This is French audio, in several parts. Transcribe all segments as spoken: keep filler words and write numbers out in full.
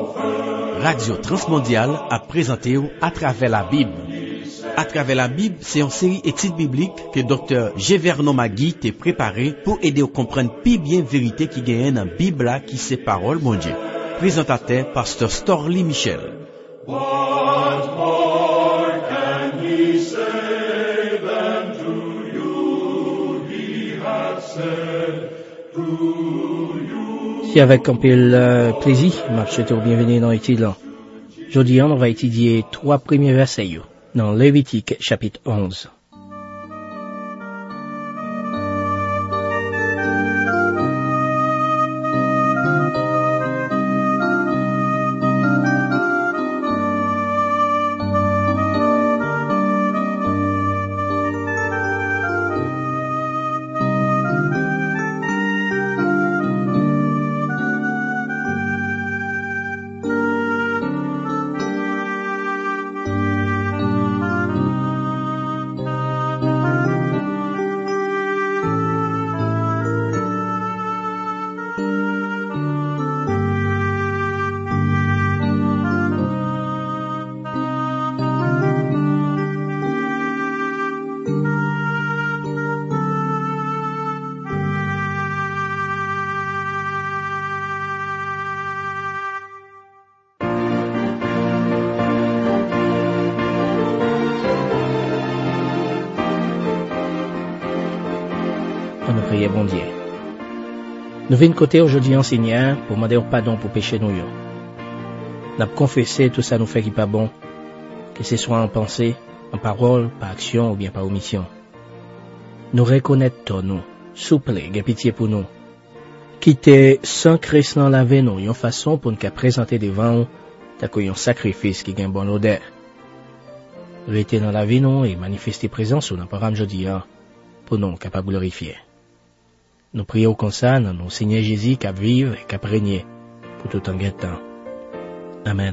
Radio Transmondiale a présenté à travers la Bible. À travers la Bible, c'est une série études bibliques que docteur Gévernon Magui t'a préparé pour aider à comprendre plus bien vérité qui gagne dans la Bible qui c'est parole mon Dieu. Présentateur Pasteur Storly Michel. What more can he say than to you he hath said to you? C'est avec un peu de plaisir, je souhaite vous bienvenue dans l'étude là. Aujourd'hui, on va étudier trois premiers versets dans Lévitique chapitre onze. Nous prions, bon Dieu. Nous venons côté aujourd'hui enseignant pour demander pardon pour péché nous. Nous avons confessé tout ça nous fait qui pas bon, que ce soit en pensée, en parole, par action ou bien par omission. Nous reconnaître nous, souple, gain pitié pour nous. Quitter sans Christ dans la vie nous, une façon pour nous présenter devant nous, d'accueillir un sacrifice qui gagne bonne odeur. Rester dans la vie nous et manifester présence dans le programme aujourd'hui pour nous capables de glorifier. Nous prions comme ça dans nos Seigneur Jésus qui vive et qui régné pour tout en temps. Amen.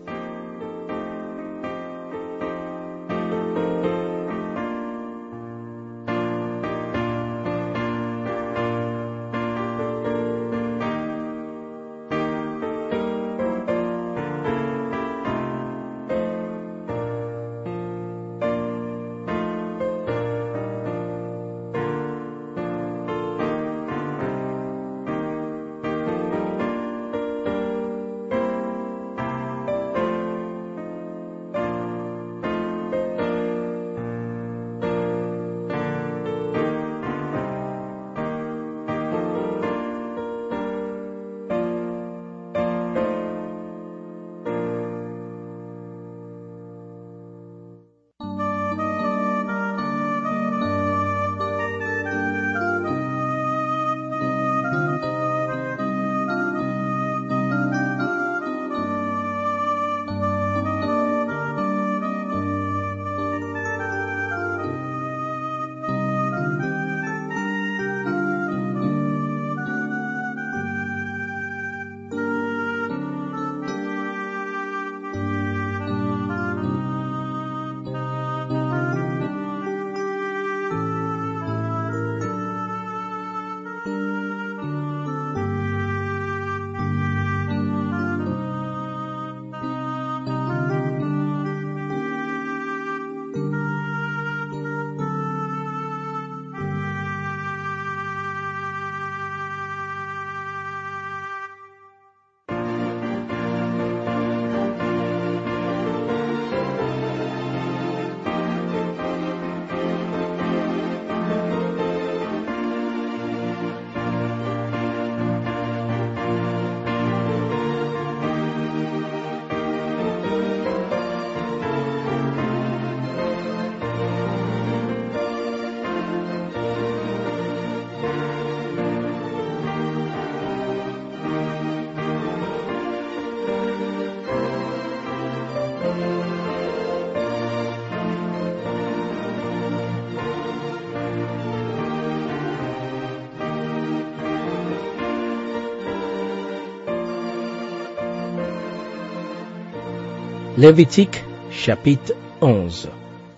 Lévitique chapitre onze.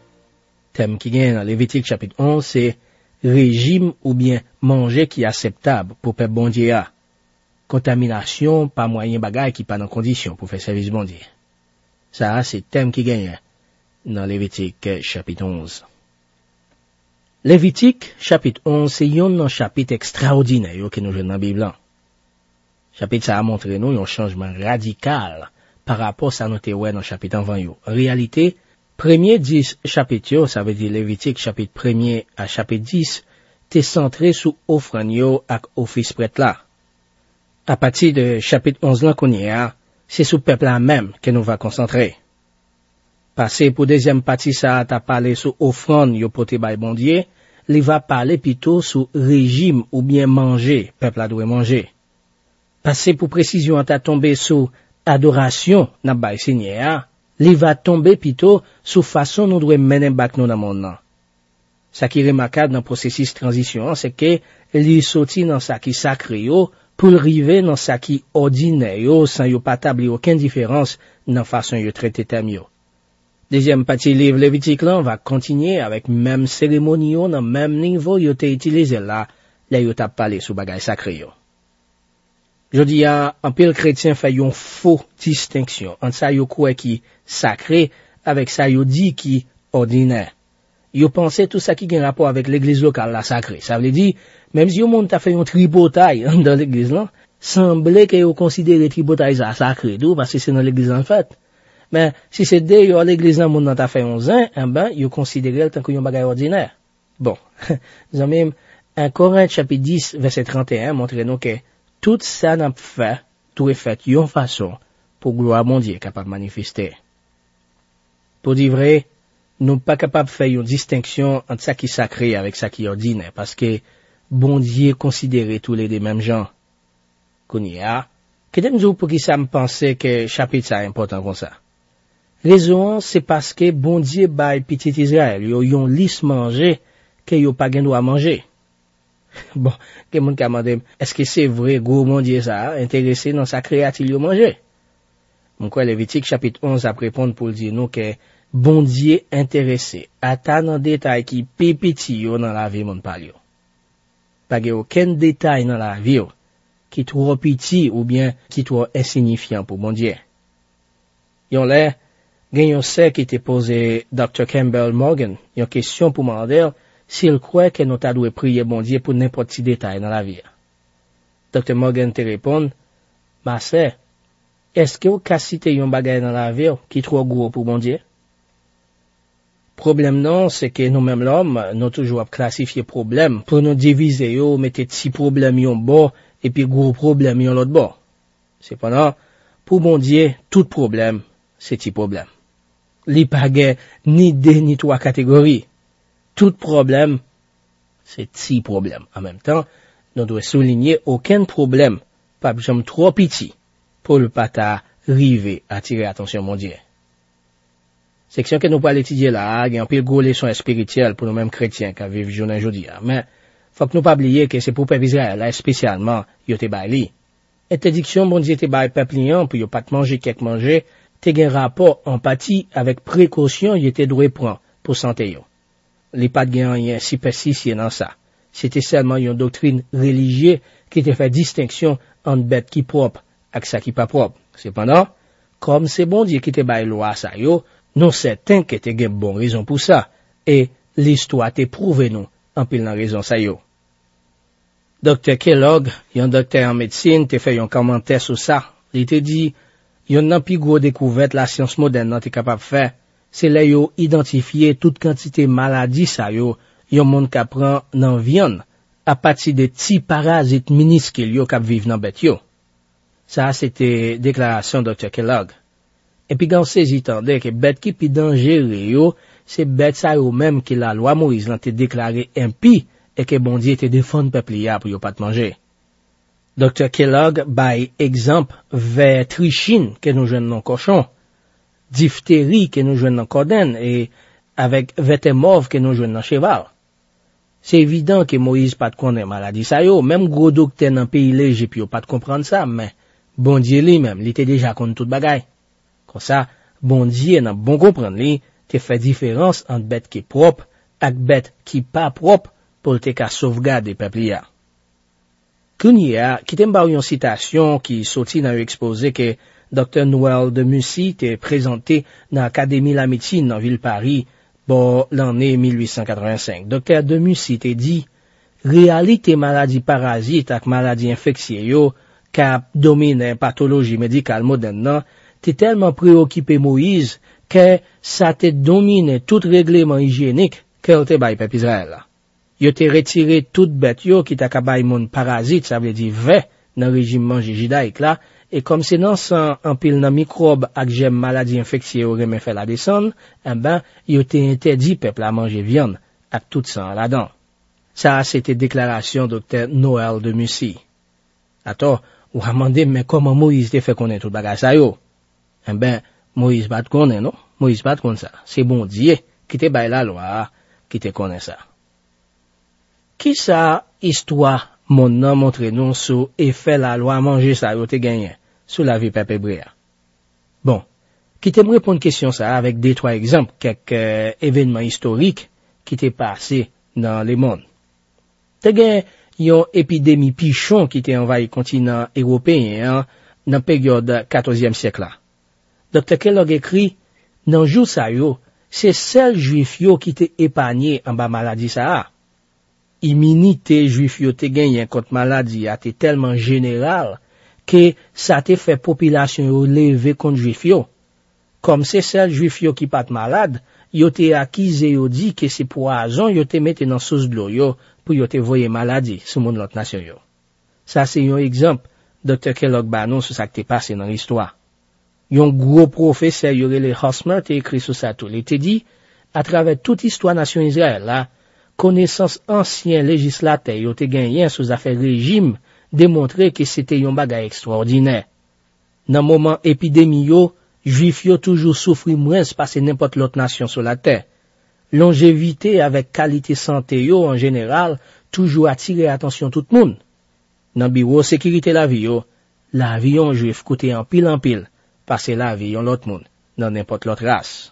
Thème qui gagne dans Lévitique chapitre onze, c'est régime ou bien manger qui est acceptable pour peuple bon Dieu. contamination, pas moyen bagay qui pas dans condition pour faire service bon Dieu. Ça, c'est thème qui gagne dans Lévitique chapitre onze. Lévitique chapitre onze, c'est un chapitre extraordinaire que nous jouons dans la Bible. Chapitre ça a montré nous un changement radical par rapport à ça nous ouais dans le chapitre avant yo. En réalité, premier dix chapitre, ça veut dire Lévitique chapitre premier à chapitre dix, t'es centré sur offrande yo ak office prêtre là. À partir de chapitre onze là qu'on y a, c'est sur peuple là même que nous va concentrer. Passer pour deuxième partie ça t'a parlé sur offrande yo poté bay bon Dieu, il va parler plutôt sur régime ou bien manger, peuple là doit manger. Passer pour précision t'a tombé sur adoration n'a bay Seigneur, il va tomber plutôt sur façon nous doit mener back nous dans monde là. Ça qui est remarquable dans le processus de transition, c'est que il sorti dans ça qui sacré yo pour arriver dans ça qui ordinaire yo sans yo pas tablir aucune différence dans façon yo traiter thème yo. Deuxième partie livre Lévitique là, on va continuer avec même cérémonie yo dans même niveau yo t'ai utilisé là, là yo t'a parlé sur bagay sacré yo. Je dis à un pile chrétien fait une faux distinction entre ça yo quoi qui sacré avec ça yo dit qui ordinaire. Yo pensez tout ça qui a un rapport avec l'église locale la sacrée. Ça veut dire, même si yo monde t'a fait un tripotaille dans l'église là, semblait que yo considère tripotaille ça sacré tout parce que c'est dans l'église en fait. Mais si c'est dès yo l'église là monde t'a fait onze ans, eh ben yo considère tant que un bagage ordinaire. Bon, ça même un Corinthiens chapitre dix verset trente et un montre nous que tout ça n'a fait, tout est fait yon façon pour gloire mon Dieu capable manifester. Pour dire vrai, nous pas capable de faire une distinction entre ça qui est sacré avec ça qui est ordinaire, parce que bon Dieu considère tous les deux mêmes gens. Qu'on y a, que t'aime pour qui ça me pensait que chapitre ça est important comme ça. Raison, c'est parce que bon Dieu bail petit Israël, yo yon lisse manger, que yo pas gen droit manger. Bon, que moun ka mande, est-ce que c'est vrai, gros mon Dieu ça, intéressé dans sa créature yo manger? Mon quoi, Lévitique chapitre onze a répondre pour dire nous que bon Dieu intéressé, à ta dans détail qui pépiti yo dans la vie mon palio. Pas gen aucun détail dans la vie yo, qui trop petit ou bien qui trop insignifiant pour bon Dieu. Yon là, gen yon sè qui était posé docteur Campbell Morgan, yon question pour demander s'il croit que nous t'a dû prier bon Dieu pour n'importe petit détail dans la vie. docteur Morgan te répond, ma sœur, est-ce que vous avez cité yon bagay dans la vie qui trop gros pour bon Dieu? Problème non, c'est que nous-mêmes l'homme, nous toujours classifié problème pour nous diviser yo, mettre petit problème yon bon et puis gros problème yon l'autre bon. Cependant, pour bon Dieu, tout problème, c'est petit problème. Li pa gen ni deux ni trois catégories. Tout problème, c'est petit problème. En même temps, nous devons souligner aucun problème, pas jamais trop petit, pour le pata river attirer attention mon Dieu. Section que nous allons étudier là, il y a un peu de gros leçons spirituelles pour nous-mêmes chrétiens qui vivent journée aujourd'hui. Mais, faut que nous pas oublier que c'est pour peuple Israël, là, spécialement, yote baili. Interdiction, bon Dieu, te bail peuple liant, pour yo pas te manger, quelque manger, te gen rapport, empathie, avec précaution, yote doit prendre, pour santé yo. Les pas de gen rien superstitieux dans ça. C'était seulement une doctrine religieuse qui te fait distinction entre bête qui propre, avec ça qui pas propre. Cependant, comme c'est bon Dieu qui te bail loi ça yo, nous certain que te gen bon raison pour ça, et l'histoire te prouve nous, en pile dans raison ça yo. Docteur Kellogg, un docteur en médecine, te fait un commentaire sur ça. Il te dit, yon nan pi gros découverte la science moderne nan te capable faire, c'est là yo identifier toute quantité maladie ça yo, yon monde ka prend nan viande, à partir de petits parasites minuscules yo k'ap vive nan bête yo. Ça, c'était déclaration docteur Kellogg. Et puis, quand on saisit tande que bête qui pi dangereux yo, c'est bête ça yo même que la loi Moïse nan te déclaré impie, et que bon Dieu te défend peuple ya pour yo pas te manger. docteur Kellogg by exemple vers trichine que nous jouons dans cochon, diphtérie que nous jouons dans cordenne et avec vétémove que nous jouons dans cheval. C'est évident que Moïse pas de connaître maladie ça yo, même gros docteur dans pays léger puis yo pas de comprendre ça, mais bon Dieu lui-même, il était déjà connaît toute bagaille. Comme ça, bon Dieu n'a bon comprendre li, te fait différence entre bête qui est propre avec bête qui pas propre pour te ka sauvegarder peuple ya. Kounia, qui t'aime une citation qui sortit dans l'exposé que docteur Noël de Mussy t'est présenté dans l'Académie de la médecine dans Ville Paris, bon, l'année mille huit cent quatre-vingt-cinq. Docteur de Mussy t'est dit, réalité maladie parasite avec maladie infectieuse, qui domine pathologie médicale moderne, t'es tellement préoccupé Moïse, que ça te domine tout règlement hygiénique que te bail peuple Israël. Yo te retiré toute bête yo qui t'a kabay mon parasite, ça veut dire vrai dans régime manger judaïque là, et comme c'est dans sang en pile dans microbe ak j'aime maladie infectieuse ou remet fait la descendre, eh ben yo te interdit peuple à manger viande ak tout sang là-dedans. Ça c'était déclaration docteur Noël de Mussy. Attends, ou a demandé mais comment Moïse te fait connaître tout bagage ça yo? Eh ben Moïse pas te connaît non? Moïse pas te connaît ça. C'est bon Dieu qui te bail la loi, qui te connaît ça. Qui ça histoire mon nom montre nous sur effet la loi manger ça yo te gagné sous la vie peuple hébreu. Bon, qui te me répondre question ça avec deux trois exemples quelques euh, événements historiques qui t'est passé dans le monde. Te gagné yon épidémie pichon qui t'est envahi le continent européen dans la période quatorzième siècle là. Docteur Kellogg écrit dans jour ça yo, c'est seul juif yo qui t'est épargné en bas maladie ça. Immunité juif yo te gagné contre maladie a été tellement générale que ça te fait population yo lever contre juif yo. Comme c'est seul juif yo qui pas malade, yo te accusé yo dit que c'est poison yo te mette dans sauce de l'eau yo pour yo te voyer maladie sur mon l'autre nation yo. Ça c'est un exemple docteur Kellogg ba non sur ça qui t'est passé dans l'histoire. Yon gros professeur yorele Hosmer te écrit sur ça tout. Il te dit à travers toute histoire nation Israël là, connaissance ancien législateur yo te gagné sous affaire régime démontrer que c'était un bagage extraordinaire. Dans moment épidémie yo, juif yo toujours souffri moins parce que n'importe l'autre nation sur la terre. Longévité avec qualité santé yo en général toujours attirer attention tout le monde. Dans bureau sécurité la vie yo, la vie en juif coûtait en pile en pile parce que la vie en l'autre monde dans n'importe l'autre race.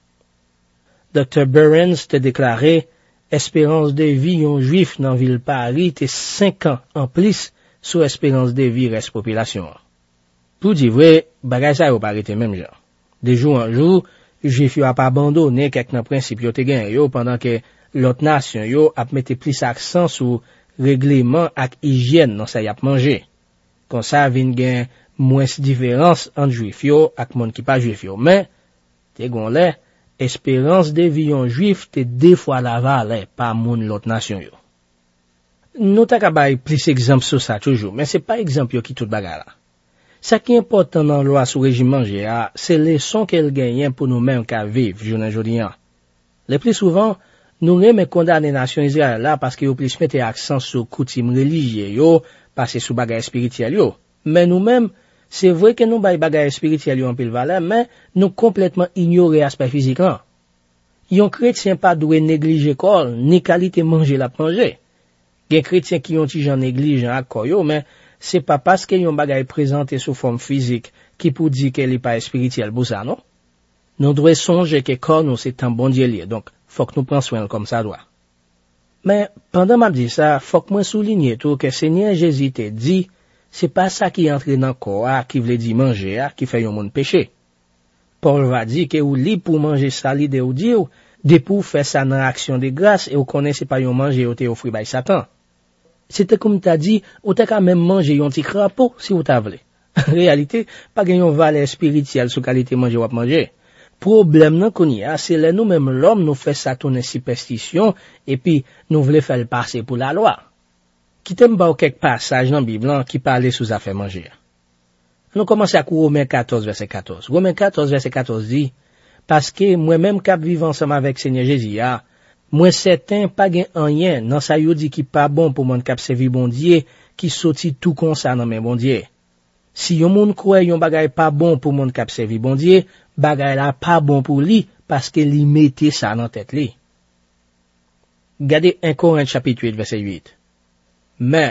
docteur Burns te déclaré espérance de vie en juif dans ville Paris te cinq ans en plus sous espérance de vie reste population. Pour dire vrai, bagay ça yo pas arrêté même genre. De jour en jour, juif yo a pas abandonné quelques nan principe yo te gen yo pendant que l'autre nation yo a mette plus accent sur règlement ak hygiène dans ça y a manger. Comme ça vinn gen moins différence entre juif yo ak monde qui pas juif yo, mais te gon lè espérance de vie en juif te deux fois la valeur par moun l'autre nation yo. Nous ta kabay plus exemple sur ça toujours, mais c'est pas exemple yo qui tout bagay là. Ça qui est important dans la loi sur régime manger, c'est les leçons qu'elle gagne pour nous-mêmes qu'à vivre, journée aujourd'hui. Le plus souvent, nous remet condamner la nation Israël là parce qu'ils ont plus mettre accent sur coutume religieux yo, parce sur bagay spirituel yo. Mais nous-mêmes, c'est vrai que nous bay bagay spirituel yo en pile valeur, mais nous complètement ignorer aspect physique là. Yon chrétien pas doué négliger corps, ni qualité manger la manger. Gen chrétien qui ont ti jan négligent à koyo, mais c'est pas parce que yon bagay présenté sous forme physique qui pour dire qu'elle est pas spirituelle pour ça, non? Nous devons songer que corps nous c'est un bon Dieu lié, donc faut que nous prenions soin comme ça doit. Mais pendant m'a dit ça, faut que moi souligner tout que Seigneur Jésus te dit, c'est pas ça qui entre dans le corps, qui veut dire manger, qui fait yon monde péché. Paul va dire que ou libre pour manger ça l'idée ou dire, de pour faire ça dans action de grâce et ou connaissez pas yon manger ou te offrir by Satan. C'était comme t'as dit, ou t'as quand même mangé yon petit crapaud si ou t'as voulu. En réalité, pas gagne yon valeur spirituelle sous qualité manger ou à manger. Problème non qu'on y a, c'est là nous-mêmes l'homme nous fait ça tourner superstition et puis nous voulons faire le passer pour la loi. Qui t'aime pas quelques passages dans la Bible qui parlaient sous affaire manger. Nous commençons à Romains quatorze verset quatorze. Romains quatorze verset quatorze dit parce que moi-même cap vivant ensemble avec Seigneur Jésus a moi certain pas gen rien dans ça yo dit qui pas bon pour mon cap servi bon Dieu qui sorti tout comme ça dans mes bon Dieu. Si yon moun croit yon bagay pas bon pour mon cap servi bon Dieu, bagay la pas bon pour lui parce que li mette ça dans tête li. Regardez un Corinthiens chapitre huit verset huit. Mais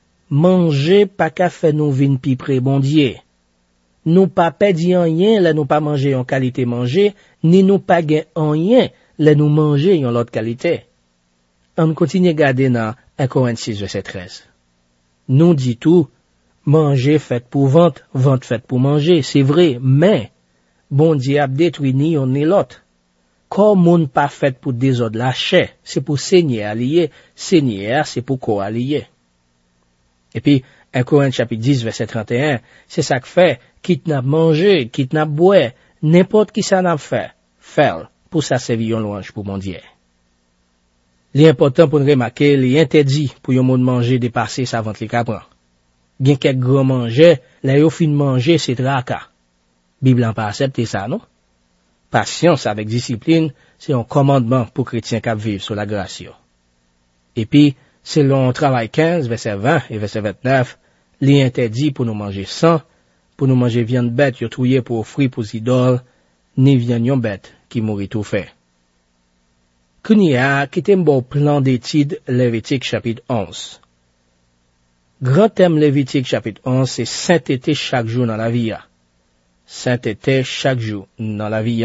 manger pas qu'à faire nous vinn pi près bon Dieu. Nous pas perdre rien là nous pas manger en qualité manger, ni nous pas gain rien là nous manger en l'autre qualité. On continue garder dans un Corinthiens six verset treize. nous dit tout, manger fait pour vente, vente fait pour manger, c'est vrai, mais, bon Dieu a détruit ni on ni l'autre. Comme moun pas fait pour désordre la chair, c'est pour saigner allié, saigner c'est pour quoi allié. Et puis, un Corinthiens chapitre dix, verset trente et un, c'est ça que fait, quitte n'a manger, quitte n'a boire, n'importe qui ça n'a fait, faire, pour ça servir une louange pour mon Dieu. L'important pour nous remarquer, l'interdit pour yon monde manger dépasser sa vente les capran. Bien quelques gros manger, là yo fin manger c'est traka. Bible n'a pas accepté ça, non? Patience avec discipline, c'est un commandement pour chrétiens qui vivent sur la grâce. Et puis, selon Travail quinze, verset vingt et verset vingt-neuf, l'interdit pour nous manger sang, pour nous manger viande bête yo touye pour offrir pour idoles, ni viande yon bête qui mourit tout fait. Kounia, qui t'aime bon plan d'étude Lévitique chapitre onze. Grand thème Lévitique chapitre onze, c'est sainteté chaque jour dans la vie. Sainteté chaque jour dans la vie.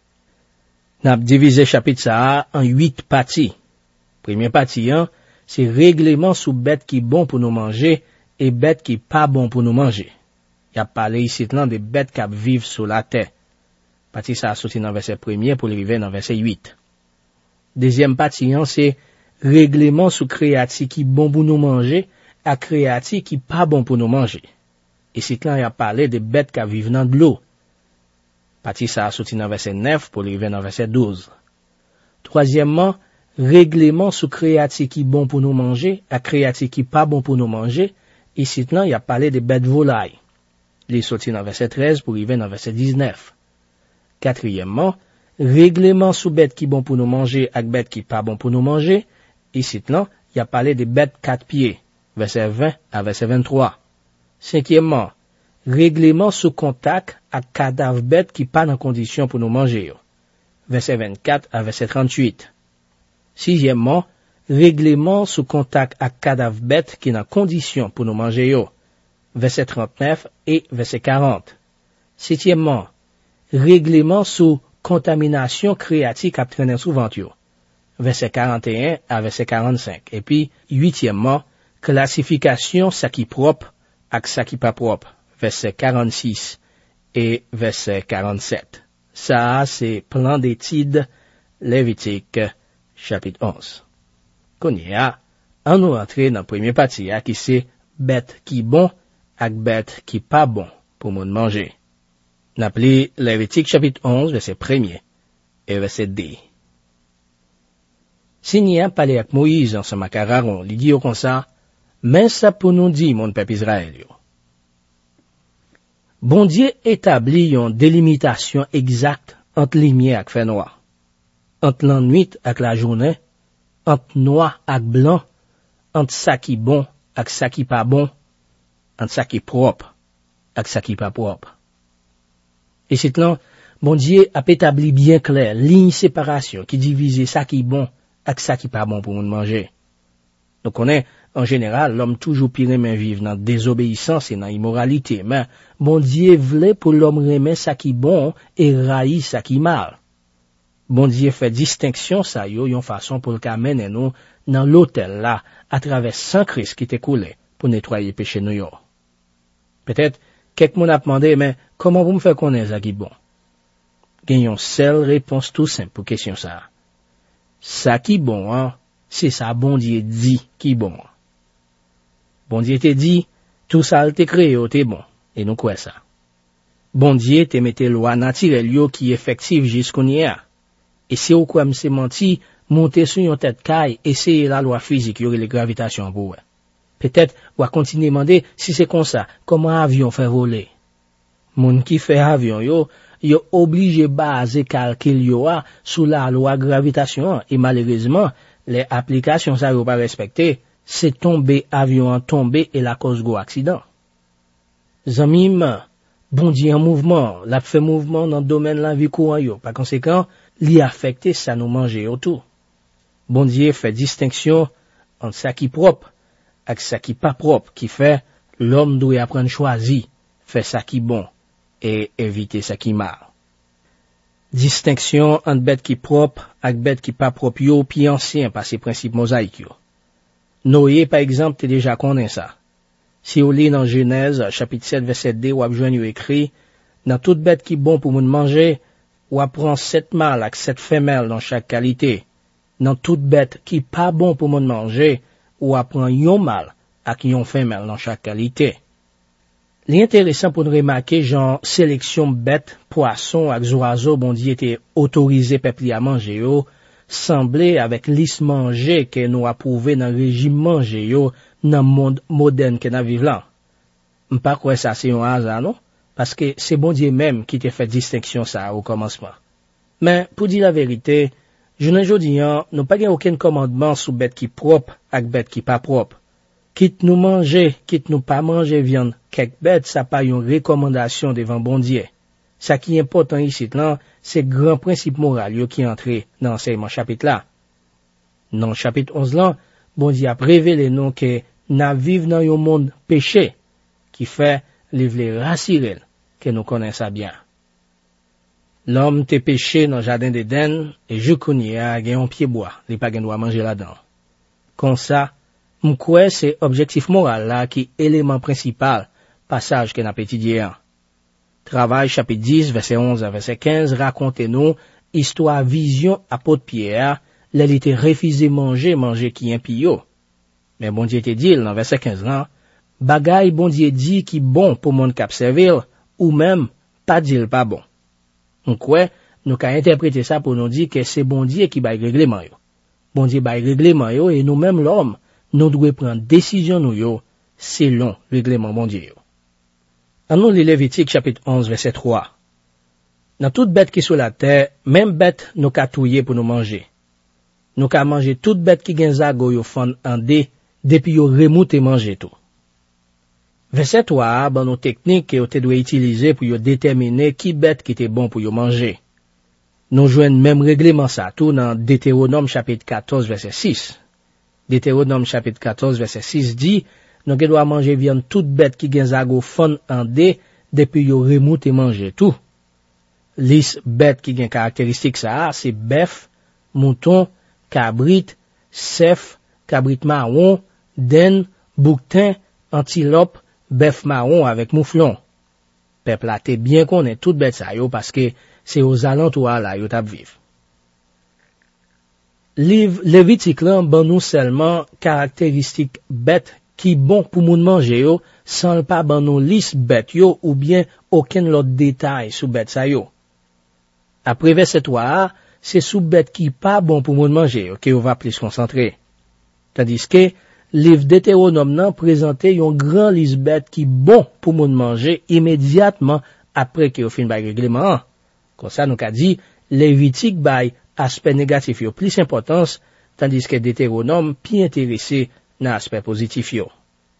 N'a divisé chapitre ça en huit parties. Première partie, hein, c'est règlement sous bête qui bon pour nous manger et bête qui pas bon pour nous manger. Y a parlé ici là des bêtes qui vivent sur la terre. Partie ça a sorti dans verset premier pour arriver dans verset huit. Deuxième partie, hein, c'est règlement sous créatif qui bon pour nous manger et créatif qui pas bon pour nous manger. Et c'est là, il a parlé des bêtes qui vivent dans de l'eau. Partie ça a sorti dans verset neuf pour arriver dans verset douze. Troisièmement, règlement sous créatif qui bon pour nous manger et créatif qui pas bon pour nous manger. Et c'est là, il a parlé des bêtes volailles. Il est sorti dans verset treize pour arriver dans verset dix-neuf. Quatrièmement, règlement sous bête qui bon pour nous manger et bête qui pas bon pour nous manger. Ici, là, il y a parlé des bêtes quatre pieds, verset vingt à verset vingt-trois. Cinquièmement, règlement sous contact à cadavre bête qui pas dans condition pour nous manger, verset vingt-quatre à verset trente-huit. Sixièmement, règlement sous contact à cadavre bête qui dans condition pour nous manger, verset trente-neuf et verset quarante. Septièmement, règlement sous contamination créative à traîner sous venture, verset quarante et un à verset quarante-cinq. Et puis, huitièmement, classification ça qui propre à ça qui pas propre, verset quarante-six et verset quarante-sept. Ça, c'est plan d'étude Lévitique, chapitre onze. Qu'on y a, on nous rentre dans la première partie, qui c'est bête qui bon, avec bête qui pas bon pour moun manger. N'appelé Lévitique chapitre onze, verset premier et verset deux. Si n'y a parlé avec Moïse en ce macararon, il dit comme ça, mais ça pour nous dire, mon peuple Israël. Bon Dieu établit une délimitation exacte entre lumière et fait noir, entre la nuit et la journée, entre noir et blanc, entre ça qui bon et ça qui pas bon, entre ça qui propre et ça qui pas propre. Et c'est là, bon Dieu a établi bien clair, ligne séparation qui divise ça qui bon avec ça qui pas bon pour nous manger. Donc on est, en général, l'homme toujours pire mais vivre dans désobéissance et dans immoralité, mais bon Dieu voulait pour l'homme remettre ça qui bon et raïr ça qui mal. Bon Dieu fait distinction ça yo, yon façon pour le mener nous dans l'autel là, à travers sang Christ qui t'est coulé pour nettoyer péché nous yo. Peut-être, quelqu'un m'a demandé, mais comment vous me faites connaître ça qui bon? Gagnons seule réponse tout simple pour question ça. Ça qui bon, hein, c'est ça bon Dieu dit qui bon. Bon Dieu te dit, tout ça te créé, t'es bon. Et nous quoi ça? Bon Dieu te mette loi naturelle yo qui effective jusqu'on y a. Et si ou quoi m'se menti, monter sur yon tête caille, essayer la loi physique, yore les gravitations pour. Peut-être, ou à continuer demander, si c'est comme ça, comment avion fait voler? Moun qui fait avion yo, yo obligé baser calcul yo a sous la loi gravitation, et malheureusement, les applications ça yo pas respecté, c'est tomber avion en tomber et la cause go accident. Zamim, bon Dieu en mouvement, la fait mouvement dans le domaine de la vie courant yo, par conséquent, li affecté ça nous manger autour. Bon Dieu fait distinction entre ça qui propre avec ça qui pas propre, qui fait l'homme doit apprendre choisir, faire ça qui bon et éviter ça qui mal. Distinction entre bête qui propre avec bête qui pas propre yo, puis ancien par ces principes mosaïques yo. Noé par exemple, t'es déjà connaît ça. Si on lit dans Genèse, chapitre sept, verset deux, ou abjouen yo écrit, dans toute bête qui bon pour moun manger, ou apprend sept mâles avec sept femelles dans chaque qualité. Dans toute bête qui pas bon pour moun manger, ou apprend yon mâle avec yon femelle dans chaque qualité. L'intéressant pour nous remarquer, genre, sélection bête, poisson, avec oiseaux, bon Dieu était autorisé peuple à manger yo, semblait avec liste manger que nous approuvé dans le régime manger yo, dans le monde moderne que nous vivons là. M'pas quoi ça c'est un hasard, non? Parce que c'est bon Dieu même qui t'a fait distinction ça au commencement. Mais, pour dire la vérité, je ne dis pas, nous pas aucun commandement sous bête qui propre, avec bête qui pas propre. Quitte nous manger, quitte nous pas manger viande, quelque bête, ça pas une recommandation devant bon Dieu. Ça qui est important ici, là, c'est grand principe moral qui est entré dans l'enseignement chapitre là. Dans le chapitre onze là, bon Dieu a révélé nous que nous vivons dans un monde péché, qui fait les rassurer que nous connaissons bien. L'homme t'est péché dans le jardin d'Éden, et je connais à un pied bois, il pas doit manger là-dedans. Comme ça, m'koué c'est objectif moral là qui est élément principal, passage que n'a étudié. Travail chapitre dix, verset onze à verset quinze, racontez-nous, histoire vision apôtre Pierre, l'elle était refusé manger, manger qui impio. Mais bon Dieu te dit, dans verset quinze là, bagay bon Dieu dit qui bon pour mon cap servir, ou même, pas dire pas bon. M'koué, nous ka interpréter ça pour nous dire que c'est bon Dieu qui bail règlement yo. Bon Dieu bail règlement yo, et nous-mêmes l'homme, nous devons prendre décision nous yo, selon le règlement bon Dieu yo. En nous, les Lévitique chapitre onze, verset trois. Dans toute bête qui est sur la terre, même bête nous ka touyer pour nous manger. Nous ka manger toute bête qui gen zago yo fon en dé, depuis yo remoute et manger tout. Verset trois, ban nos techniques que yo te doit utiliser pour yo déterminer qui bête qui était bon pour yo manger. Nous joignons même règlement ça tout dans Deutéronome chapitre quatorze, verset six. Deutéronome chapitre quatorze, verset six dit, nous devons manger viande toute bête qui gen zago fon en dé, depuis yo remoute et manger tout. Lis bête qui gen caractéristique ça, c'est bœuf, mouton, cabrit, cerf, cabrit marron, den, bouquetin, antilope, bœuf marron avec mouflon. Peuple là t'es bien connaît toute bête ça yo parce que c'est aux alentours là yo t'a vivre. Livre Lévitique là ban nous seulement caractéristiques bête qui bon pour moun manger yo sans pas ban nous liste bête yo ou bien aucun autre détail sur bête ça yo. Après verset trois, c'est sous bête qui pas bon pour moun manger yo que on va plus concentrer. Tandis que livre Deutéronome nan présenté yon grand liste bête qui bon pour moun manger immédiatement après que yo fin bay règlement. Comme ça nous ka dit Lévitique bay aspect négatif yo plus importance tandis que Deutéronome pi intéressé dans aspect positif yo.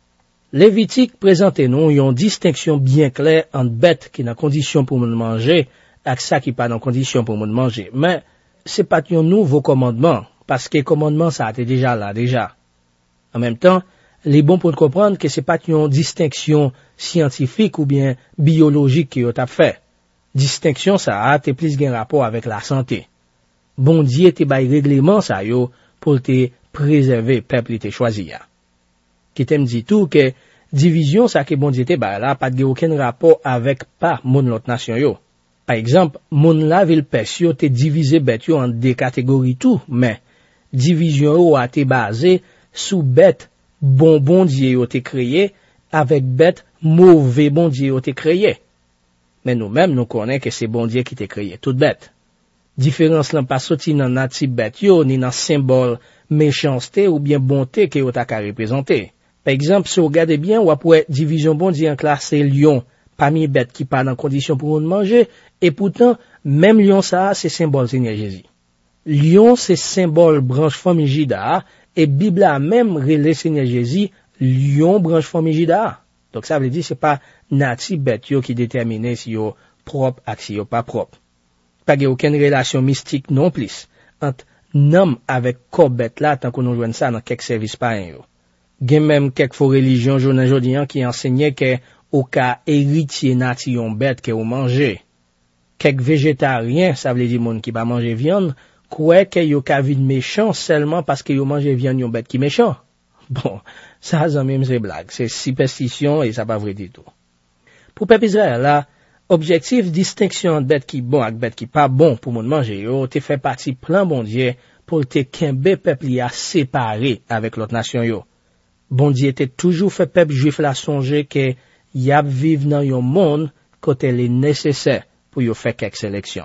Lévitique présente nous yon distinction bien claire entre bête qui dans condition pour moun manger et ça qui pas dans condition pour moun manger. Mais c'est pas un nouveau commandement parce que commandement ça était déjà là déjà. En même temps, il est bon pour comprendre que c'est pas une distinction scientifique ou bien biologique qui a fait. Distinction ça a te plus gen rapport avec la santé. Bon Dieu te bay règlement ça yo pour te préserver peuple te choisi ya. Qui t'aime dit tout que division ça que bon Dieu te bay là pas de aucun rapport avec pas mon l'autre nation yo. Par exemple, mon la ville pes yo te divisé bête yo en deux catégories tout, mais division yo a te basé sous bête bon bon Dieu yo te créé avec bête mauvais bon Dieu yo te créé. Mais nous-mêmes nous connaissons que c'est bon Dieu qui te créé toute bête. Différence là pas sorti dans natif bête yo ni dans symbole méchanceté ou bien bonté que yo ta ka représenter. Par exemple, si vous regardez bien ou après division bon Dieu en classe lion parmi bête qui pas dans condition pour manger et pourtant même lion ça c'est symbole Seigneur Jésus. Lion c'est symbole branche famille Juda et Bible a même relé Seigneur Jésus lion branche famille Juda. Donc ça veut dire c'est pas natif bête yo qui détermine si yo propre ak si yo pas propre. Pas de aucune relation mystique non plus entre nom avec corps bête là tant qu'on nous joine ça dans quelques services païens yo. Gen même quelques faux religions journée jodi qui enseignaient que au cas héritier nation bête que ou manger. Quelques végétariens, ça veut dire monde qui pas manger viande, croient que yo ka vide méchant seulement parce que yo manger viande yon bête qui méchant. Bon, ça, même c'est blague. C'est superstition et ça pas vrai du tout. Pour peuple Israël, là, objectif distinction entre bête qui bon et bête qui pas bon pour moun manger, yo, te fait partie plan bon Dieu pour te kembe peuple y a séparé avec l'autre nation yo. Bon Dieu était toujours fait peuple juif la songer que y a vivre dans yon monde côté est nécessaire pour yo faire quelques sélections.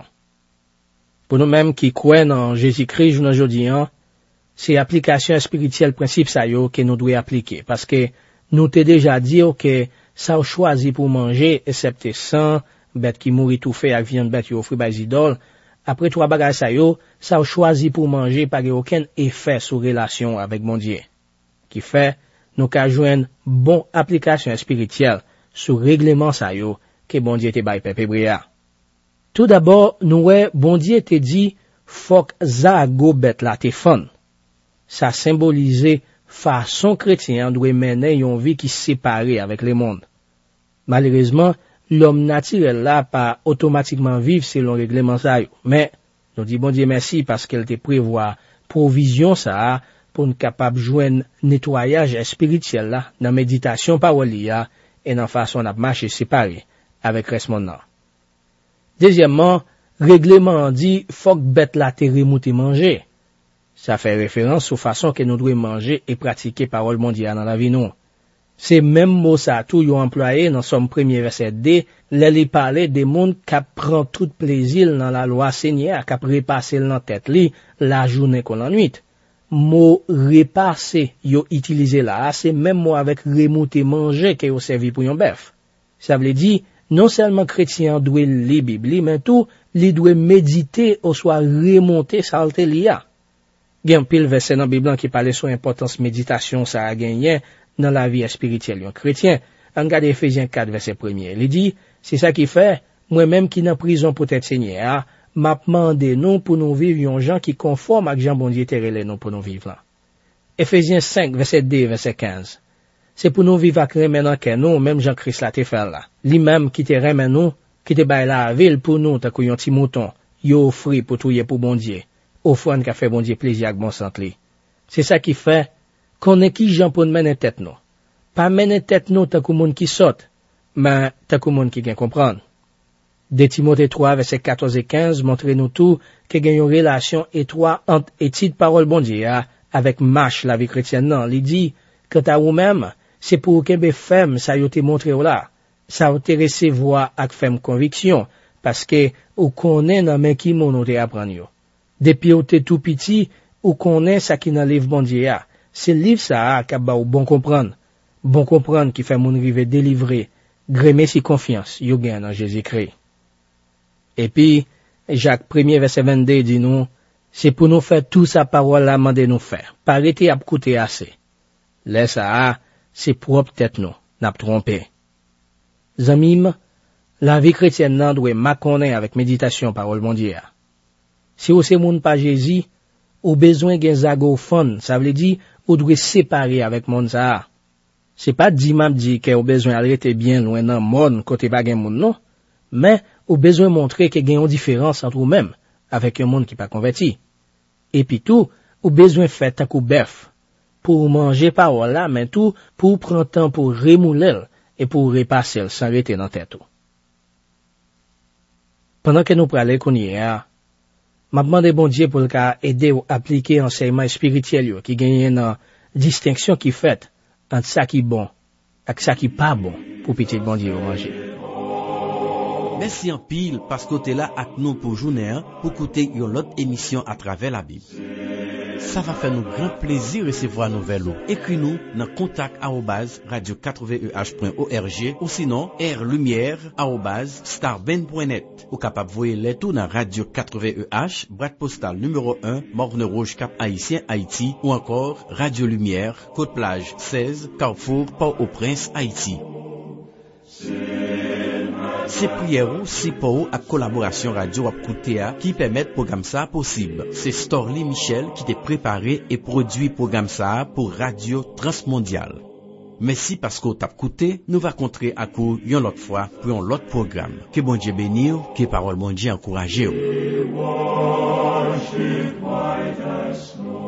Pour nous-mêmes qui croient en Jésus-Christ journal jodi an, c'est application spirituelle principe ça yo que nous devons appliquer parce que nous t'ai déjà dit que ça choisi pour manger excepté sang, bête qui mourit tout fait avec viande bête yo offri par idole. Après trois bagages ça yo, ça choisi pour manger pas aucun effet sur relation avec mon Dieu. Qui fait nous ka joindre bon application spirituelle sur règlement ça yo que bon Dieu te bail peuple hébreu. Tout d'abord, nous ouais bon Dieu te dit faut za go bête la te fon. Ça symbolisait façon chrétien doit mener une vie qui séparée avec le monde. Malheureusement, l'homme naturel là pas automatiquement vivre selon le règlement ça. Mais nous dit bon Dieu merci parce qu'elle te prévoit provision ça pour nous capable joindre nettoyage spirituel là dans méditation parole là et dans façon de marcher séparé avec reste monde. Deuxièmement, règlement dit faut que bête la te remonter manger. Ça fait référence aux façons que nous devons manger et pratiquer parole mondiale dans la vie nous. C'est même mot ça tout yo employé dans Somme premier verset deux, les parler des monde qui prend tout plaisir dans la loi Seigneur, qui repasser dans tête li la journée qu'on la nuit. Mot repasser yo utilisé là, c'est même mot avec remonter manger que yo servi pour un bœuf. Ça veut dire non seulement chrétien doit lire Bible, mais tout li doit méditer ou soit remonter saleté li a. Gen pile verset dans Bible qui parle sur importance méditation ça a gagné dans la vie spirituelle d'un chrétien. On regarde Ephésiens quatre verset premier. Il dit c'est ça qui fait moi-même qui dans prison pour être Seigneur, m'a demandé nous pour nous vivre un gens qui conforme avec Jean bon Dieu terrelé nous pour nous vivre là. Ephésiens cinq verset deux verset quinze. C'est pour nous vivre avec remenant que nous même Jean-Christ l'a te fait là. Lui-même qui te remen nous, qui te bail la ville pour nous ta un petit mouton, yo offri pour touyer pour bon Dieu. Offrande qui a fait bon Dieu plaisir avec bon santé. C'est ça qui fait qu'on est qui Jean pour mener tête nous. Pas mener tête nous tant que monde qui saute, mais tant que monde qui vient comprendre. De Timothée trois verset quatorze et quinze montre nous tout que gagne une relation étroite entre étude parole bon Dieu avec marche la vie chrétienne non. Il dit quant à vous-même, c'est pour que be femme ça yo te montré là. Ça vous te recevoir avec ferme conviction parce que ou connaît dans men qui mon te apprendre yo. Depuis ou te tout petit, ou connaît ça qui dans livre bon Dieu a. C'est livre ça qui ba ou bon comprendre. Bon comprendre qui fait moun rive délivrer, grémer si confiance, yo gagne dans Jésus-Christ. Et puis Jacques premier verset vingt-deux dit nous, c'est pour nous faire tout sa parole là mandé nous faire. Pas arrêter à coûter assez. Laisse ça, c'est propre tête nous, n'a pas trompé. Zamim, la vie chrétienne nan doit maconner avec méditation parole bon Dieu. Si ou se moun pa Jésus, ou besoin gen zago fon, ça veut dire ou doit séparer avec moun ça. C'est pas dit m'a dit que ou besoin arrêter bien loin dans monde côté pa gen moun non, mais ou besoin montrer que gen une différence entre ou même avec un monde qui pas converti. Et puis tout, ou besoin faire ta kou bœuf pour manger parole là, mais tout pour prendre temps pour remouler et pour repasser sans arrêter dans tête tout. Pendant que nous parlons qu'on y est, m'a demandé bon Dieu pour le cas aider ou appliquer enseignement spirituel qui gagne une distinction qui fait entre ça qui est bon et ça qui pas bon pour petit bon Dieu manger. Merci en pile parce que tu es là avec nous pour journée pour écouter une autre émission à travers la Bible. Ça va faire nous grand plaisir de recevoir nos vélos. Écris-nous dans contact arobase radio quatre-vingts e h point org ou sinon airlumière arobase starben point net. Ou capable voyer les tout dans radio quatre-vingts e h, boîte postale numéro un, Morne Rouge Cap Haïtien Haïti ou encore Radio Lumière, Côte-Plage seize, Carrefour, Port-au-Prince Haïti. C'est prière ou si pour à collaboration radio à Koutea qui permettent programme ça possible. C'est Storly Michel qui t'a préparé et produit programme ça pour Radio Transmondial. Merci parce que t'as écouté, nous va rencontrer à coup une autre fois pour un autre programme. Que bon Dieu bénisse, que parole bon Dieu encourage.